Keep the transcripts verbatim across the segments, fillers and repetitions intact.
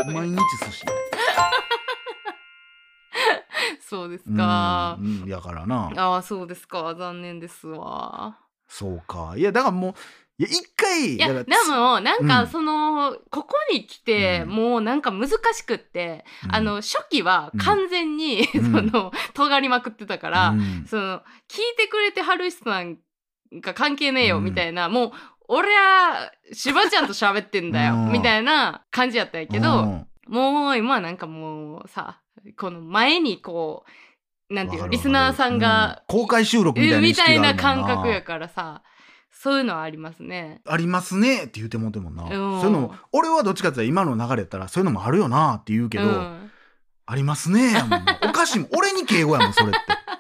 毎日寿司そうですか。 うん、うん、やからな。 ああ、そうですか。残念ですわ。 そうか。いやだからもういや一回いやでだからもなんかうんその、ここに来て、 うんもうなんか難しくって、 うんあの初期は完全に、 うんその尖りまくってたから、 うんその聞いてくれてはる人なんか関係ねえようんみたいな、もう俺はしばちゃんと喋ってんだようんみたいな感じやったんやけうど、 んもう今はなんかもうさ、この前にこうなんていうの、 わかるわかるリスナーさんが、 うん公開収録みたいな意みたいな識があるもんな感覚やからさ、そういうのはありますね。 ありますねって言ってもうてんもんな、 うんそういうのも俺はどっちかって言ったら今の流れやったらそういうのもあるよなって言うけど、 うんありますねやもんなおかしいもん俺に敬語やもんそれって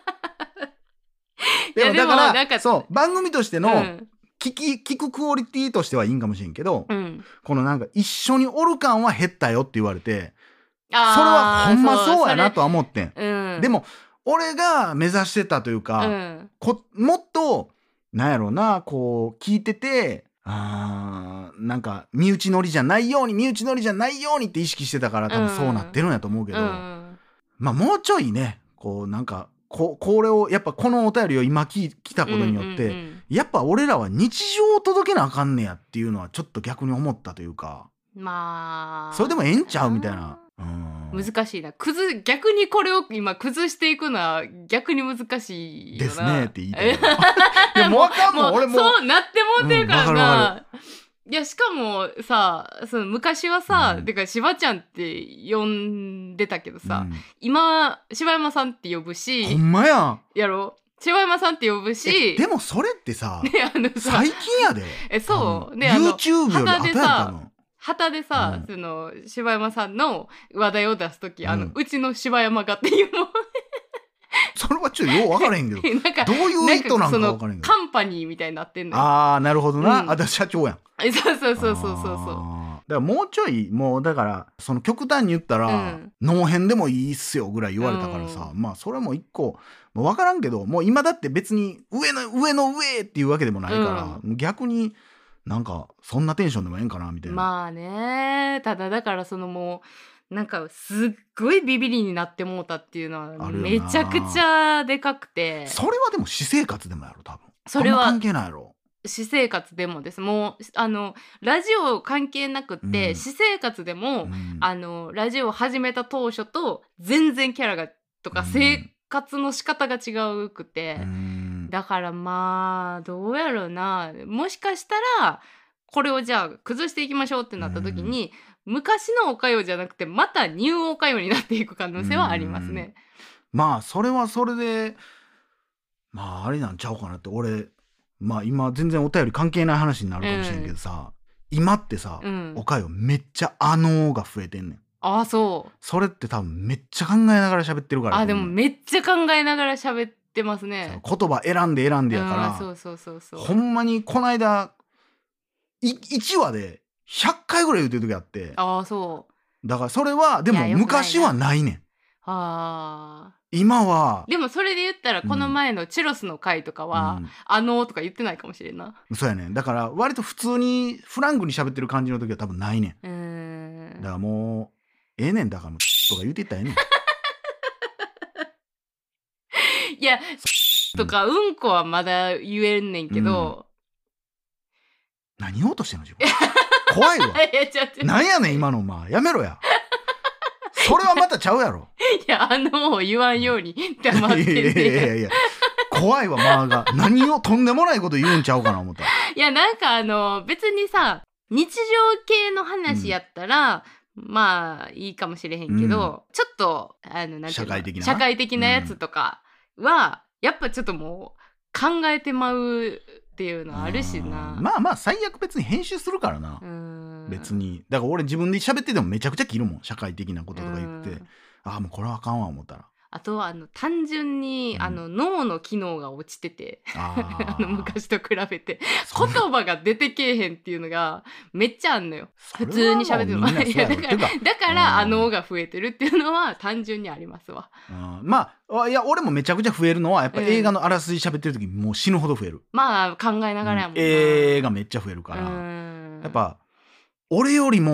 いやでもだからでもなんかそう番組としてのうん聞き聞くクオリティとしてはいいんかもしれんけど、 うん、 このなんか一緒におる感は減ったよって言われて、それあーはほんまそうやなそとは思ってん、 れうん、 でも俺が目指してたというか、 うんこもっとなんやろうなこう聞いててあーなんか身内乗りじゃないように身内乗りじゃないようにって意識してたから多分そうなってるんやと思うけど、 うんまあもうちょいねこうなんかここれをやっぱこのお便りを今聞来たことによって、 うんうんうんやっぱ俺らは日常を届けなあかんねやっていうのはちょっと逆に思ったというか、 まあそれでもええんちゃうみたいな、うん難しいな。くず逆にこれを今崩していくのは逆に難しいよな。 ですねって言いたいな。いやもうわかんもん俺もうそうなってもうてるからうんわかるわな。いやしかもさ、その昔はさ、 うんてかしばちゃんって呼んでたけどさ、 うん今柴山さんって呼ぶほし、 んまやん。 やろ。柴山さんって呼ぶえし、 でもそれってさねあのさ、 最近やで。 えそう多分ねあの YouTube より後や旗でったさの。 旗でさ、 うんその柴山さんの話題を出すとき、あのうんうちの柴山がっていうもんそれはちょっとよう分からへんけどなんかどういう意図なんかその分からへんけど。 カンパニーみたいになってんのよ。 ああなるほどな。 うんあだ社長やん。 えそうそうそうそうそうそう。 あーだからもうちょいもうだからその極端に言ったら、 うん脳変でもいいっすよぐらい言われたからさ、まあそれも一個もう分からんけどもう今だって別に上の上の上っていうわけでもないから、逆になんかそんなテンションでもええんかなみたいな。 まあね、ただだからそのもうなんかすっごいビビりになってもうたっていうのはあるよなめちゃくちゃでかくて、 それはでも私生活でもやろ多分。 それはあんま関係ないやろ。 私生活でもです。もうあのラジオ関係なくって、 うん私生活でも、 うんあのラジオを始めた当初と全然キャラがとかうん生活の仕方が違うくて、 うんだからまあどうやろうな、もしかしたらこれをじゃあ崩していきましょうってなった時に、昔のおかよじゃなくてまたニューおかよになっていく可能性はありますね。 まあそれはそれでまああれなんちゃうかなって俺まあ今全然お便り関係ない話になるかもしれんけどさ、今ってさ、 うんおかよめっちゃあのーが増えてんねん。 ああそう。 それって多分めっちゃ考えながら喋ってるから。 あでもめっちゃ考えながら喋ってますね。 言葉選んで選んでやかうんら、 そうそうそうそう。 ほんまにこの間いいちわでひゃっかいぐらい言うてる時あって、 ああそう。 だからそれはでもいやよくないな昔はないねん。 ああ。 今はでもそれで言ったらこの前のチュロスの回とかは、 うんあのーとか言ってないかもしれんな。 そうやねん。だから割と普通にフランクに喋ってる感じの時は多分ないねん。 うーん。 だからもうええねんだからもうとか言うていったらええねん。 いやとかうんこはまだ言えんねんけど、 何言おうとしてんの自分。怖いわ。 いやちょっといなんやねん今のお前やめろや。それはまたちゃうやろ。 やあのーを言わんように黙ってんいやいやいねやいや怖いわまあが何をとんでもないこと言うんちゃうかな思った。 いやなんかあのー別にさ日常系の話やったら、まあいいかもしれへんけど、ちょっとあのなんていうの社会的な社会的なやつとかは、やっぱちょっともう考えてまうっていうのあるしな。 まあまあ最悪別に編集するからな、 うーん別に。だから俺自分で喋っててもめちゃくちゃ切るもん社会的なこととか言って、 うんああもうこれはあかんわ思ったら。 あとはあの単純に、 うんあの脳の機能が落ちててああの昔と比べてそれ言葉が出てけえへんっていうのがめっちゃあんのよ。 それはもう普通に喋ってるのみんなそうやろいやだからてかだからあうんのが増えてるっていうのは単純にありますわ。 うんまあいや俺もめちゃくちゃ増えるのはやっぱ映画のあらすじ喋ってる時もう死ぬほど増える、 まあ考えながらやもんな。 映画めっちゃ増えるから、 うんやっぱ俺よりも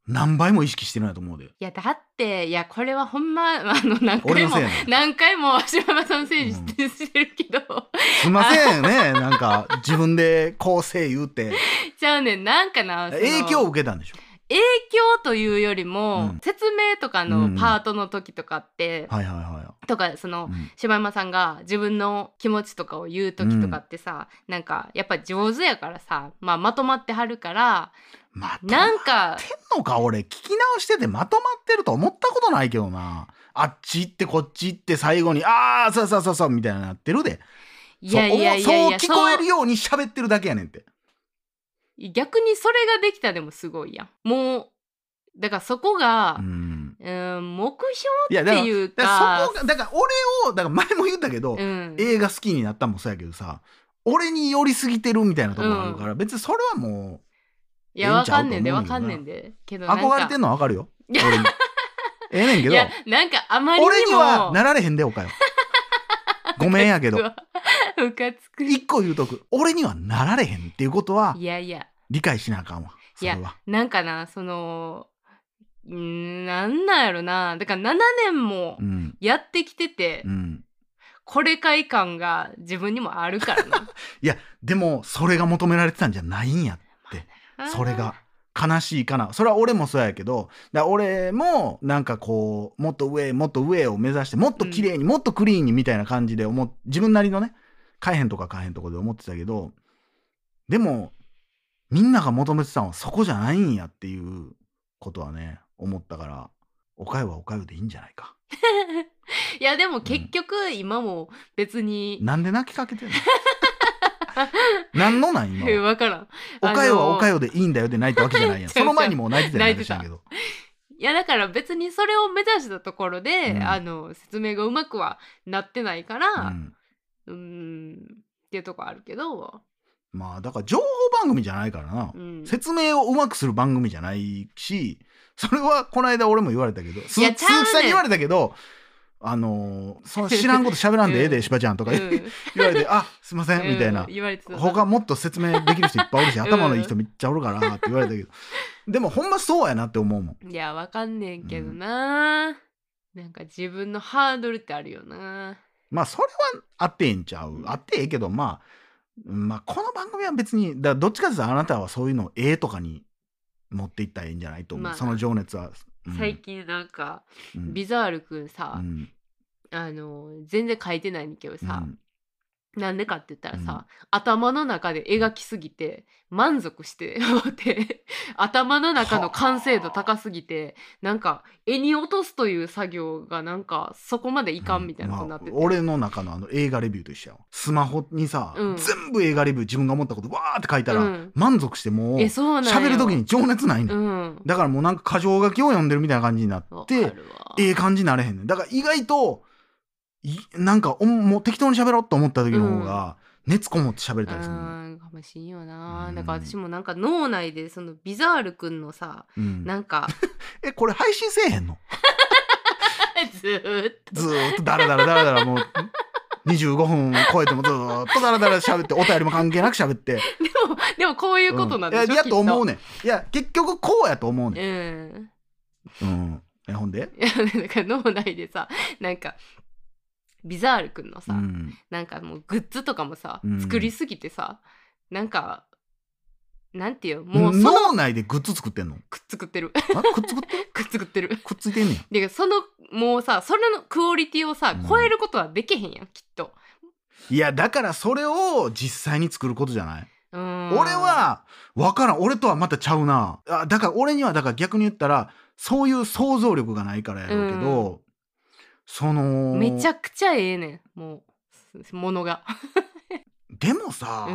何倍も意識してるんやと思うで。 いやだっていやこれはほんまあの何回も俺のせいやねん。 何回も柴山さんのせいにしうんて,、してるけどすいませんね。なんか自分でこうせえ言うてじゃあねなんかなその影響を受けたんでしょ。 影響というよりも、 うん説明とかうんのうんパートの時とかって、 はいはいはとかそのい。うん柴山さんが自分の気持ちとかを言う時とかってさ、なんかやっぱ上手やからさ、まあ、まとまってはるからまとまっなんかてんのか俺聞き直しててまとまってると思ったことないけどな。あっち行ってこっち行って最後にああそうそうそうそうみたいになってるで。 いやいやいやいそうやそう聞こえるように喋ってるだけやねんって。 逆にそれができたでもすごいやん。もうだからそこが、 うんうーん、目いや標っていうだからかそこがだから俺をだから前も言ったけど、 うん、 映画好きになったもそうやけどさ俺に寄りすぎてるみたいなところがあるから、別にそれはもいやええんちゃうわかんねんでと思うねんけどなわかんねんでけうどなんか憧れてんのはわかるよ俺にええねんけどいやなんかあまりにも俺にはなられへんでおかよごめんやけどムカつく一個言うとく俺にはなられへんっていうことはいやいや理解しなあかんわそいやれはなんかなそのうーんなんなんやろなだからななねんもうんやってきてて、 うんこれかい感が自分にもあるからないやでもそれが求められてたんじゃないんやってそれが悲しいかなそれは俺もそうやけどだから俺もなんかこうもっと上もっと上を目指してもっと綺麗に、うん、もっとクリーンにみたいな感じで思っ自分なりのね変えへんとか変えへんとこで思ってたけどでもみんなが求めてたのはそこじゃないんやっていうことはね思ったからおかゆはおかゆでいいんじゃないかいやでも結局今も別に、 うん、なんで泣きかけてんのなんのなん今分からんおかゆはおかゆでいいんだよで泣いたわけじゃないやんその前にもう泣いてたやんけどいやだから別にそれを目指したところで、 うん、 あの説明がうまくはなってないからうんうーんっていうとこあるけどまあだから情報番組じゃないからな、 うん、 説明をうまくする番組じゃないしそれはこの間俺も言われたけど鈴木さんに言われたけどあのー、その知らんこと喋らんでええで、うん、しばちゃんとか、うん、言われてあすいません、うん、みたいな言われてた他もっと説明できる人いっぱいおるし、うん、頭のいい人めっちゃおるからって言われたけどでもほんまそうやなって思うもんいやわかんねんけどな、うん、なんか自分のハードルってあるよなまあそれはあってええんちゃうあってええけどまあまあこの番組は別にだどっちかというとあなたはそういうのをええとかに持っていったらいいんじゃないと思う、まあ、その情熱は、 うん、最近なんか、うん、ビザールくんさ、うん、あの全然書いてないんだけどさ、うんなんでかって言ったらさ、うん、頭の中で描きすぎて満足して頭の中の完成度高すぎてなんか絵に落とすという作業がなんかそこまでいかんみたいなことになってて、 うんまあ、俺の中のあの映画レビューと一緒やスマホにさ、うん、全部映画レビュー自分が思ったことわーって書いたら、うん、満足してもう喋る時に情熱ないね、うん、だからもうなんか箇条書きを読んでるみたいな感じになってええ感じになれへんねんだから意外となんかもう適当に喋ろうと思った時の方が熱こもって喋れたりする、うん、 かもしんよな、うん、だから私もなんか脳内でそのビザールくんのさ、うん、なんかえこれ配信せえへんのずーっとずーっとダラダラダラダラもうにじゅうごふん超えてもずーっとダラダラ喋ってお便りも関係なく喋ってでもでもこういうことなんでしょ、うん、 いやと思うねんいや結局こうやと思うねんうん、うん、えほんでいやだから脳内でさなんかビザールくんのさ、うん、なんかもうグッズとかもさ、うん、作りすぎてさなんかなんていうもうその脳内でグッズ作ってんのくっつくってるあくっつくってるくっつくってるくっついてんねんでそのもうさそれのクオリティをさ、うん、超えることはできへんやんきっといやだからそれを実際に作ることじゃない俺は分からん俺とはまたちゃうなあだから俺にはだから逆に言ったらそういう想像力がないからやろうけど、うんそのめちゃくちゃええねんもうものがでもさ、うん、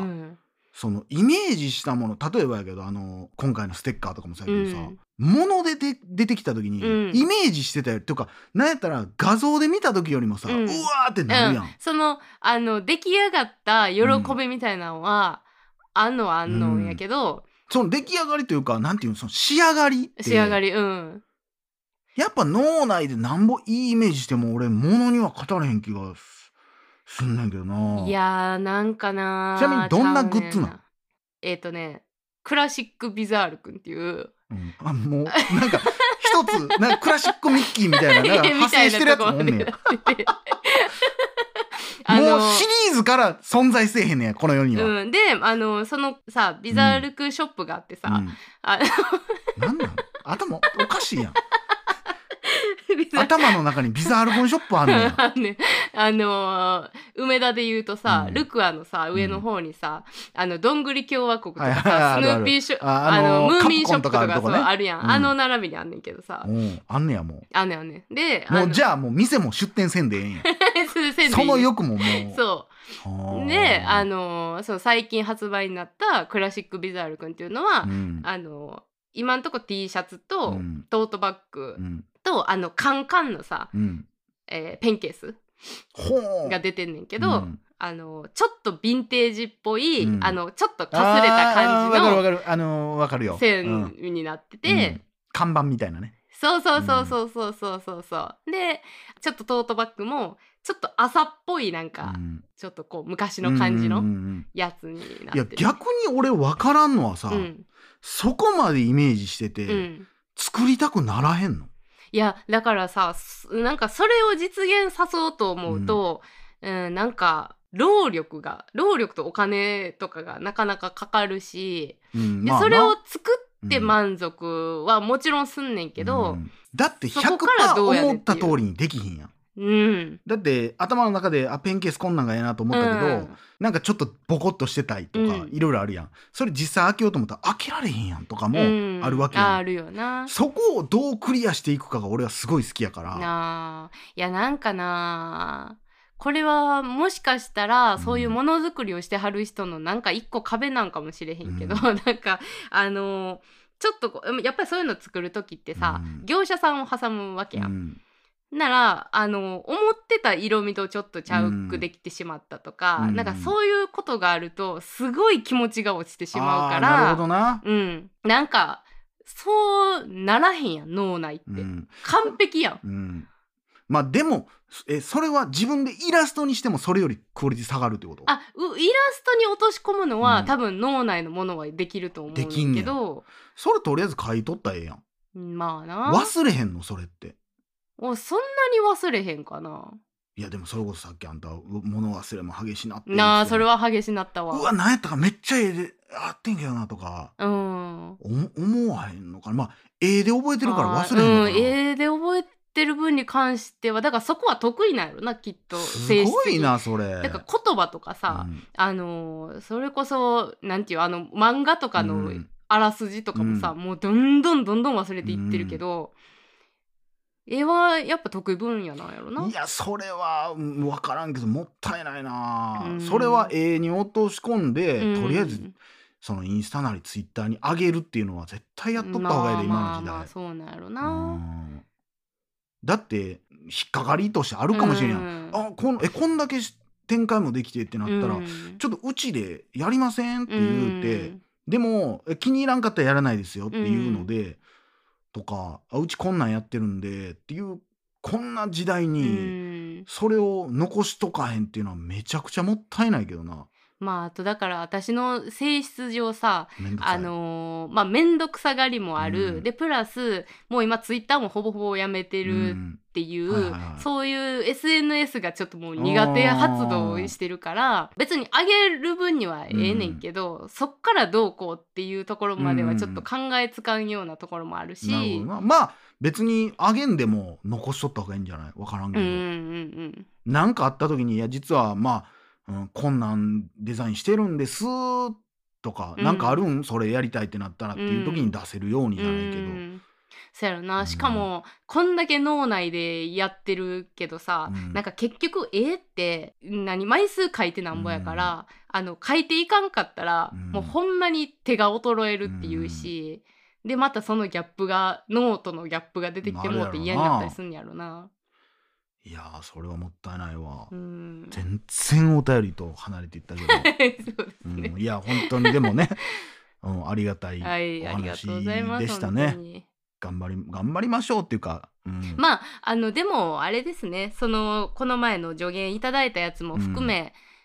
そのイメージしたもの例えばやけどあの今回のステッカーとかもそうやけどさ、うん、ものでで出てきた時に、うん、イメージしてたよっていうかなんやったら画像で見た時よりもさ、うん、うわーってなるやん、うん、 そのあの出来上がった喜びみたいなのは、あんのはあんのやけど、 その出来上がりというかなんていうのその仕上がりって仕上がりうんやっぱ脳内でなんぼいいイメージしても俺物には語れへん気がすんねんけどないやーなんかなちなみにどんなグッズなんえっ、ー、とねクラシックビザールくんっていううん、あもうなんか一つなんかクラシックミッキーみたいななんか派生してるやつもおんねんやあのもうシリーズから存在せえへんねんこの世には、 うん、であのそのさビザルクショップがあってさ、 うん、 あなんなん頭おかしいやんビザ頭の中にビザールコンショップあんねんやね、あのー梅田で言うとさ、 うんルクアのさ上の方にさ、あのどんぐり共和国とかはいはいさ、 あるあるスヌーピーショああのあのームーミンショップとかカプコンとかあるとこねそうあるやん、 うんあの並びにあんねんけどさ、 うんあんねやもあんねんあんねんでうもうじゃゃあもう店も出店せんでええんやそその欲ももうそうはあであのーそう最近発売になったクラシックビザールくんっていうのは、 うんあのー今んとこ T シャツと、 うんトートバッグうんとあのカンカンのさ、 うんえーペンケースほうが出てんねんけど、 うんあのちょっとヴィンテージっぽい、 うんあのちょっとかすれた感じあーわかるわのかるあのーわかるよ線うんになってて、 うん看板みたいなねそうそうそうそうそうそうそうそうでちょっとトートバッグもちょっと朝っぽいなんか、 うんちょっとこう昔の感じのうんうんうんやつになっいやてる。 逆に俺分からんのはさ、 うんそこまでイメージしてて、 うん、 作りたくならへんのいやだからさすなんかそれを実現さそうと思うと、うんなんか労力が労力とお金とかがなかなかかかるし、 うんまあなでそれを作ってうん満足はもちろんすんねんけど、 うんだってそこからどうやねんひゃくパーセントっていう思った通りにできひんやんうんだって頭の中であペンケースこんなんがええなと思ったけど、 うんなんかちょっとボコッとしてたいとか、 うんいろいろあるやんそれ実際開けようと思ったら開けられへんやんとかもうんあるわけやん、 ああるよな。 そこをどうクリアしていくかが俺はすごい好きやからなあいやなんかなこれはもしかしたらうんそういうものづくりをしてはる人のなんか一個壁なんかもしれへんけど、 うんなんかあのちょっとこうやっぱりそういうの作る時ってさ、 うん業者さんを挟むわけやん、 うんならあの思ってた色味とちょっとちゃうくできてしまったとか、 うんなんかそういうことがあるとすごい気持ちが落ちてしまうからあーなるほどな、 うん、なんかそうならへんやん脳内って、 うん完璧やん。 うん、まあでもえそれは自分でイラストにしてもそれよりクオリティ下がるってことあうイラストに落とし込むのは、 うん多分脳内のものはできると思うんだできんねやけど、 それとりあえず書いとったらええやんうんまあな忘れへんのそれっておそんなに忘れへんかな。 いやでもそれこそさっきあんたう物忘れも激しなってなあそれはは激しなったわ。 うわ何やったかめっちゃええであってんけどなとかうんお思わへんのかなまあええで覚えてるから忘れへんのかな、 うん、絵で覚えてる分に関してはだからそこは得意なんやろなきっとす性質ごい的になそれだから言葉とかさ、 うんあのーそれこそなんていうあの漫画とかのうんあらすじとかもさ、 うんもうどんどんどんどん忘れていってるけど、絵はやっぱ得意分野なんやろな。 いやそれはうん分からんけどもったいないな、 うんそれはええに落とし込んで、 うんとりあえずそのインスタなりツイッターに上げるっていうのは絶対やっとった方がいいで、今の時代、 まあまあそうなんやろうな。 んだって引っかかりとしてあるかもしれんやん、 うんあこんえこんだけし展開もできてってなったら、 うんちょっとうちでやりませんって言うて、 うんでもえ気に入らんかったらやらないですよっていうので、とかあうちこんなんやってるんでっていうこんな時代うにんそれを残しとかへんっていうのはめちゃくちゃもったいないけどな。 まああとだから私の性質上さめんどくさい。 あのーまあ面倒くさがりもある、 うんでプラスもう今ツイッターもほぼほぼやめてうるんっていう、 はいはいはいそういう エスエヌエス がちょっともう苦手発動してるから別に上げる分にはええねんけど、そっからどうこうっていうところまではちょっと考えつかんようなところもあるし、 なるほどな。まあ別にあげんでも残しとった方がいいんじゃないわからんけど、 うんうんうんなんかあった時にいや実はまあ、うん、こんなんデザインしてるんですとか、 うんなんかあるんそれやりたいってなったらっていう時に出せるようにじゃないけど、 うんそうやろな、 うんしかもこんだけ脳内でやってるけどさ、 うんなんか結局絵って何枚数書いてなんぼやから、あの書いていかんかったら、 うんもうほんまに手が衰えるっていうし、でまたそのギャップがノートのギャップが出てきてもうて嫌になったりすんやろな。 いやーそれはもったいないわ、 うん全然お便りと離れていったけど、 そうですうね、 ん、いや本当にでもね、うん、ありがたいはいおありがとうご話ざいますでした本当ね。 に頑張り頑張りましょうっていうか、うん、 まああのでもあれですねそのこの前の助言いただいたやつも含め、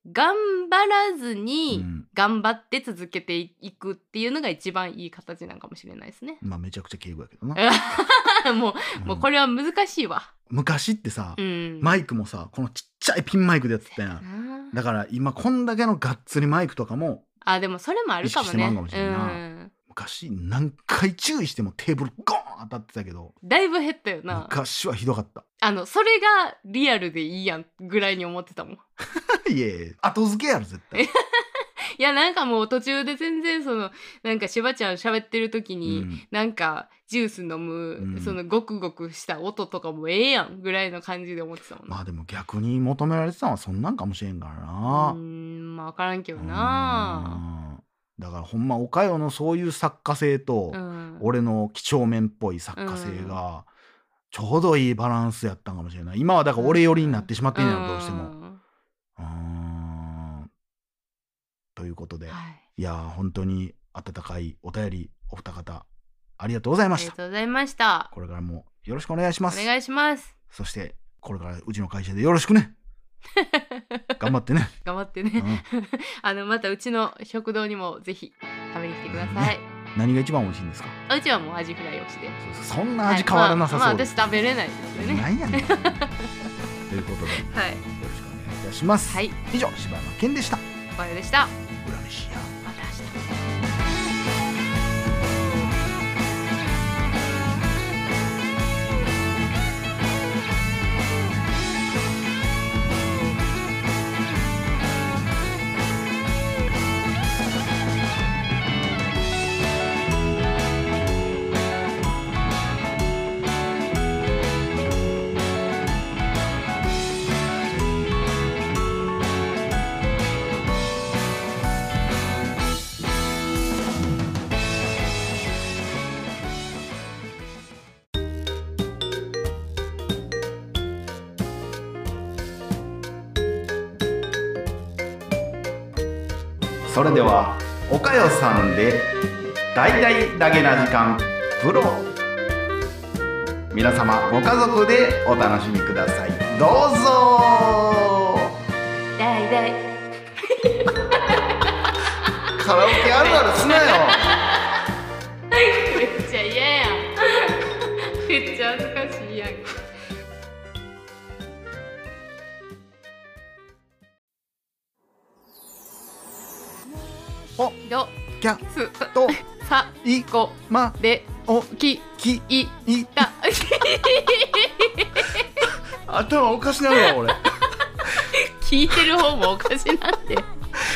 頑張らずうにん、 頑張って続けていくっていうのが一番いい形なんかもしれないですね。 まあめちゃくちゃ敬語やけどな、 もう、 うんもうこれは難しいわ。 昔ってさ、 うん。 マイクもさこのちっちゃいピンマイクでやってたやん。 なだから今こんだけのがっつりマイクとかもあ、でもそれもあるかもね。 意識してまうかもしれんなうん。 昔何回注意してもテーブルゴーン当たってたけどだいぶ減ったよな。 昔はひどかった。 あの、それがリアルでいいやんぐらいに思ってたもん。 いやいや後付けやろ絶対。 いや、なんかもう途中で全然その、なんかしばちゃん喋ってる時に、 うんなんかジュース飲む、 うんそのゴクゴクした音とかもええやんぐらいの感じで思ってたもんな。 まあでも逆に求められてたのはそんなんかもしれんからうな。 ーん、まあ分からんけどな。 うんだからほんまおかよのそういう作家性と、 うん。 俺の几帳面っぽい作家性がちょうどいいバランスやったんかもしれない。今はだから俺寄りになってしまってんやろどうしても。 んうーんということで、 はい。 いやー本当に温かいお便りお二方ありがとうございまありした。 がとうございました。 これからもよろしくお願いします。 お願いします。 そしてこれからうちの会社でよろしくね。頑張ってね。 頑張ってね。 うんあの、またうちの食堂にもぜひ食べに来てください。 何が一番美味しいんですか？ うちはもうアジフライをして。 そんな味変わらなさまあ、まあそうです。 私食べれないですよね。 なんやねん。ということでよろしくはい。 お願いいたします。 はい。 以上柴山健でした。 おかよでした。 裏飯屋。 また明日。 それではおかよさんで大々だけな時間プロ、皆様ご家族でお楽しみください。どうぞ。 だいだい。 カラオケあるあるすなよ。 めっちゃ嫌やん。めっちゃ恥ずかしいやん。 おどキャすとさいこまでおききいいた。 頭おかしなるわ俺。 聞いてる方もおかしなんで。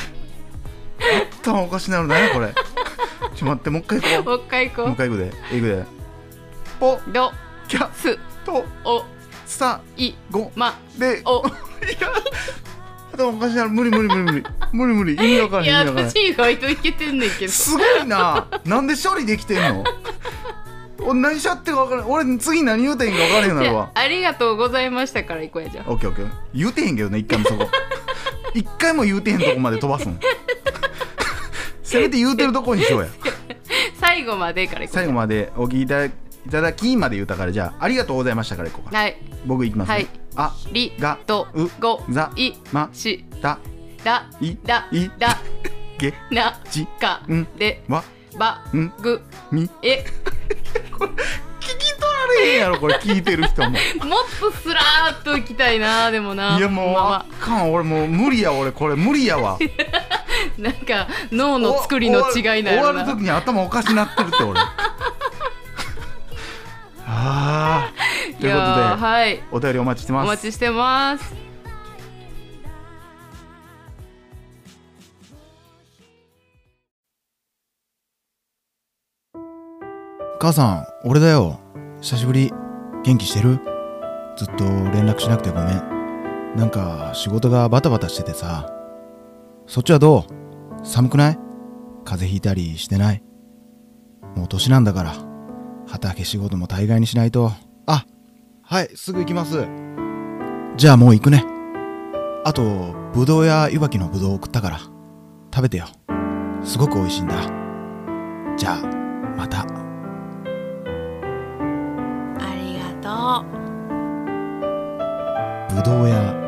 頭おかしなるなやこれ。ちょ待ってもう一回行こもう一回行う。もうこ一回行くで行くで。ポう。どキャすとおさいごまでお。 いや頭おかしなる。無理無理無理無理無理無理意味わからいやへん意味わからへん。 私意外といけてんねんけど。 すごいな。なんで処理できてんの？俺何しちゃってるか分からん。俺次何言うてへんか分からへんようになるわ。 ありがとうございましたから行こうやじゃあ。 オッケーオッケー。言うてへんけどね一回もそこ。一回も言うてへんとこまで飛ばすん。せめて言うてるとこにしようや。 最後までから行こう。 最後までお聞きいただいただきまで言うたからじゃあありがとうございましたからいこうか。 はい。 僕いきますね。 はいありがとうございましただだいだいだげなじかんでわばんぐみえ。 聞き取られへんやろこれ聞いてる人も。 もっとスラーっと行きたいな。でもないやもうほんまあかん俺もう無理や俺これ無理やわ。 なんか脳の作りの違いな終るな。 わる時に頭おかしなってるって俺。あーということで、 いやーはい、 お便りお待ちしてます。 お待ちしてます。 母さん、俺だよ。久しぶり。元気してる？ずっと連絡しなくてごめん。なんか仕事がバタバタしててさ。そっちはどう？寒くない？風邪ひいたりしてない？もう年なんだから、畑仕事も大概にしないと。あ、はい、すぐ行きます。じゃあもう行くね。あと、ぶどうや湯葉のぶどう送ったから、食べてよ。すごく美味しいんだ。じゃあ、また。 ありがとう。 ぶどうや